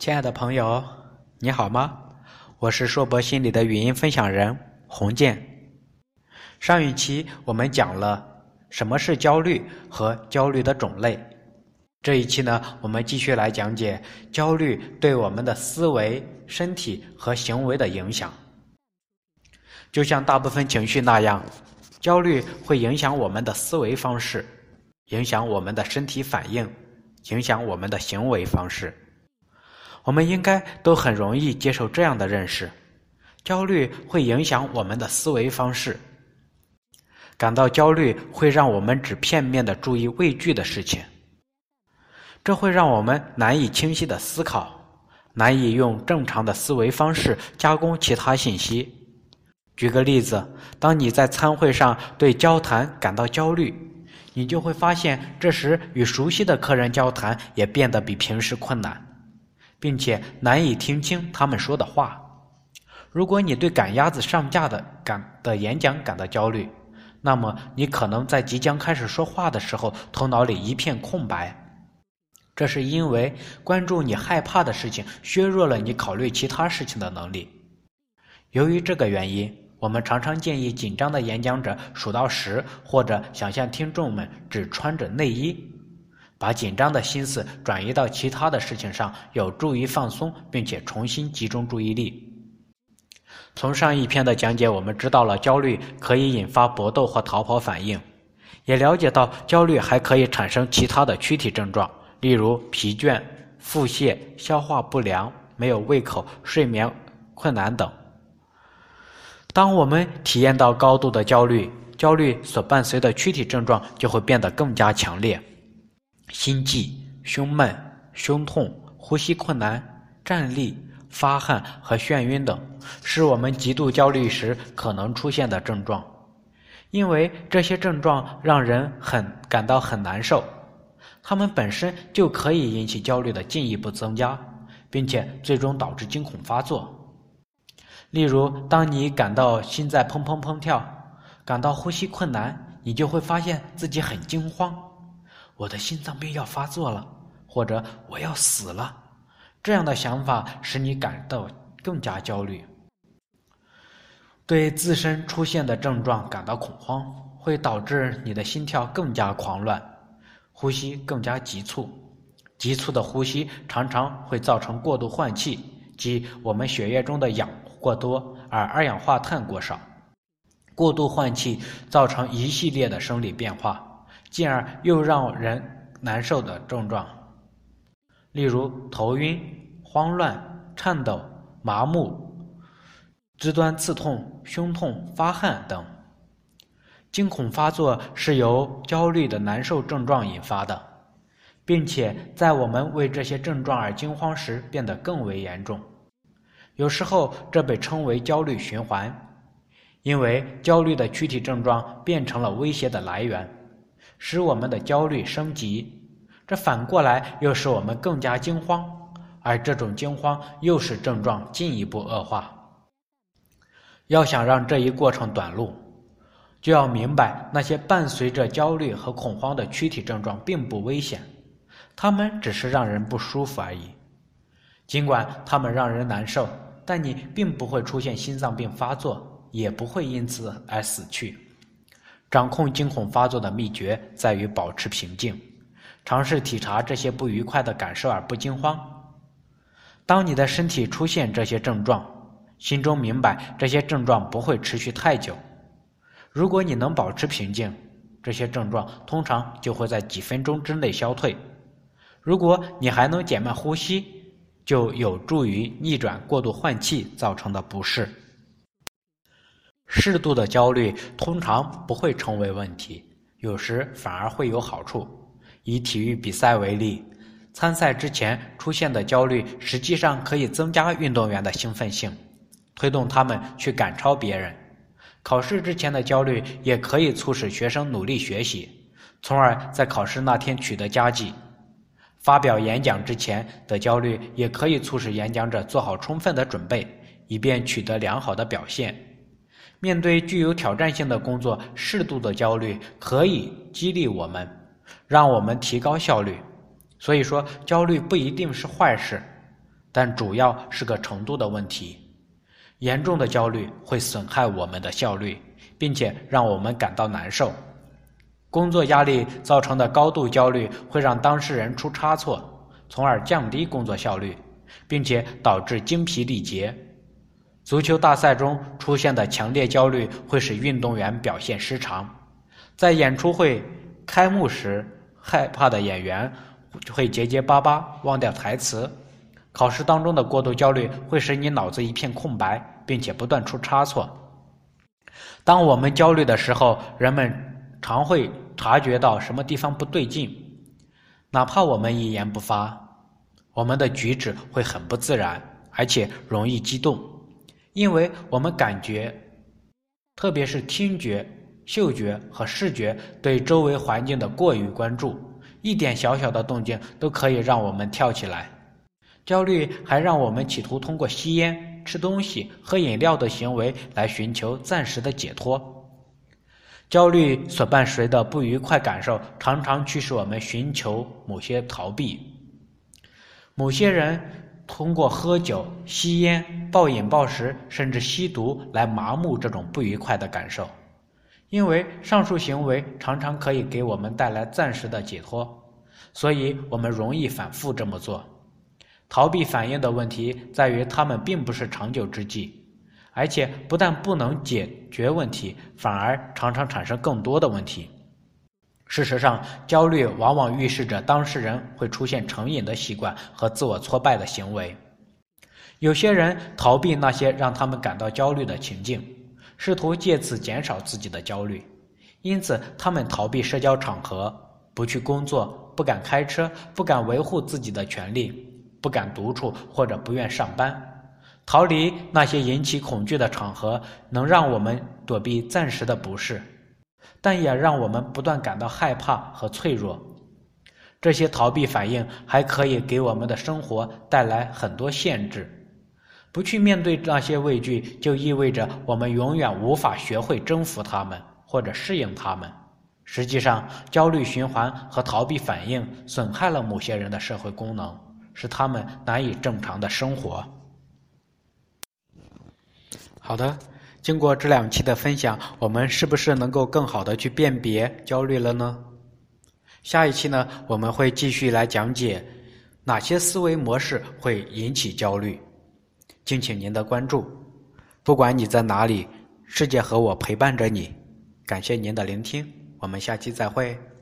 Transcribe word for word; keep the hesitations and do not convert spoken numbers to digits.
亲爱的朋友，你好吗？我是硕博心理的语音分享人洪建。上一期我们讲了什么是焦虑和焦虑的种类。这一期呢，我们继续来讲解焦虑对我们的思维、身体和行为的影响。就像大部分情绪那样，焦虑会影响我们的思维方式，影响我们的身体反应，影响我们的行为方式。我们应该都很容易接受这样的认识：焦虑会影响我们的思维方式。感到焦虑会让我们只片面地注意畏惧的事情，这会让我们难以清晰地思考，难以用正常的思维方式加工其他信息。举个例子，当你在餐会上对交谈感到焦虑，你就会发现这时与熟悉的客人交谈也变得比平时困难，并且难以听清他们说的话。如果你对赶鸭子上架的感的演讲感到焦虑，那么你可能在即将开始说话的时候，头脑里一片空白。这是因为关注你害怕的事情削弱了你考虑其他事情的能力。由于这个原因，我们常常建议紧张的演讲者数到十，或者想象听众们只穿着内衣。把紧张的心思转移到其他的事情上，有助于放松，并且重新集中注意力。从上一篇的讲解，我们知道了焦虑可以引发搏斗或逃跑反应，也了解到焦虑还可以产生其他的躯体症状，例如疲倦、腹泻、消化不良、没有胃口、睡眠困难等。当我们体验到高度的焦虑，焦虑所伴随的躯体症状就会变得更加强烈。心悸、胸闷、胸痛、呼吸困难、站立、发汗和眩晕等，是我们极度焦虑时可能出现的症状。因为这些症状让人很感到很难受，它们本身就可以引起焦虑的进一步增加，并且最终导致惊恐发作。例如，当你感到心在砰砰砰跳，感到呼吸困难，你就会发现自己很惊慌，我的心脏病要发作了，或者我要死了。这样的想法使你感到更加焦虑。对自身出现的症状感到恐慌，会导致你的心跳更加狂乱，呼吸更加急促。急促的呼吸常常会造成过度换气，即我们血液中的氧过多，而二氧化碳过少。过度换气造成一系列的生理变化，进而又让人难受的症状，例如头晕、慌乱、颤抖、麻木、肢端刺痛、胸痛、发汗等。惊恐发作是由焦虑的难受症状引发的，并且在我们为这些症状而惊慌时变得更为严重。有时候这被称为焦虑循环，因为焦虑的躯体症状变成了威胁的来源，使我们的焦虑升级，这反过来又使我们更加惊慌，而这种惊慌又使症状进一步恶化。要想让这一过程短路，就要明白那些伴随着焦虑和恐慌的躯体症状并不危险，它们只是让人不舒服而已。尽管它们让人难受，但你并不会出现心脏病发作，也不会因此而死去。掌控惊恐发作的秘诀在于保持平静，尝试体察这些不愉快的感受而不惊慌。当你的身体出现这些症状，心中明白这些症状不会持续太久。如果你能保持平静，这些症状通常就会在几分钟之内消退。如果你还能减慢呼吸，就有助于逆转过度换气造成的不适。适度的焦虑通常不会成为问题，有时反而会有好处。以体育比赛为例，参赛之前出现的焦虑实际上可以增加运动员的兴奋性，推动他们去赶超别人。考试之前的焦虑也可以促使学生努力学习，从而在考试那天取得佳绩。发表演讲之前的焦虑也可以促使演讲者做好充分的准备，以便取得良好的表现。面对具有挑战性的工作，适度的焦虑可以激励我们，让我们提高效率。所以说，焦虑不一定是坏事， 但主要是个程度的问题。严重的焦虑会损害我们的效率，并且让我们感到难受。工作压力造成的高度焦虑会让当事人出差错，从而降低工作效率，并且导致精疲力竭。足球大赛中出现的强烈焦虑会使运动员表现失常。在演出会开幕时，害怕的演员会结结巴巴，忘掉台词。考试当中的过度焦虑会使你脑子一片空白，并且不断出差错。当我们焦虑的时候，人们常会察觉到什么地方不对劲，哪怕我们一言不发，我们的举止会很不自然，而且容易激动，因为我们感觉，特别是听觉、嗅觉和视觉对周围环境的过于关注，一点小小的动静都可以让我们跳起来。焦虑还让我们企图通过吸烟、吃东西、喝饮料的行为来寻求暂时的解脱。焦虑所伴随的不愉快感受常常驱使我们寻求某些逃避。某些人通过喝酒、吸烟、暴饮暴食甚至吸毒来麻木这种不愉快的感受，因为上述行为常常可以给我们带来暂时的解脱，所以我们容易反复这么做。逃避反应的问题在于它们并不是长久之计，而且不但不能解决问题，反而常常产生更多的问题。事实上，焦虑往往预示着当事人会出现成瘾的习惯和自我挫败的行为。有些人逃避那些让他们感到焦虑的情境，试图借此减少自己的焦虑，因此他们逃避社交场合，不去工作，不敢开车，不敢维护自己的权利，不敢独处或者不愿上班。逃离那些引起恐惧的场合能让我们躲避暂时的不适，但也让我们不断感到害怕和脆弱。这些逃避反应还可以给我们的生活带来很多限制。不去面对那些畏惧，就意味着我们永远无法学会征服它们或者适应它们。实际上，焦虑循环和逃避反应损害了某些人的社会功能，使他们难以正常的生活。好的，经过这两期的分享，我们是不是能够更好的去辨别焦虑了呢？下一期呢，我们会继续来讲解哪些思维模式会引起焦虑，敬请您的关注。不管你在哪里，世界和我陪伴着你。感谢您的聆听，我们下期再会。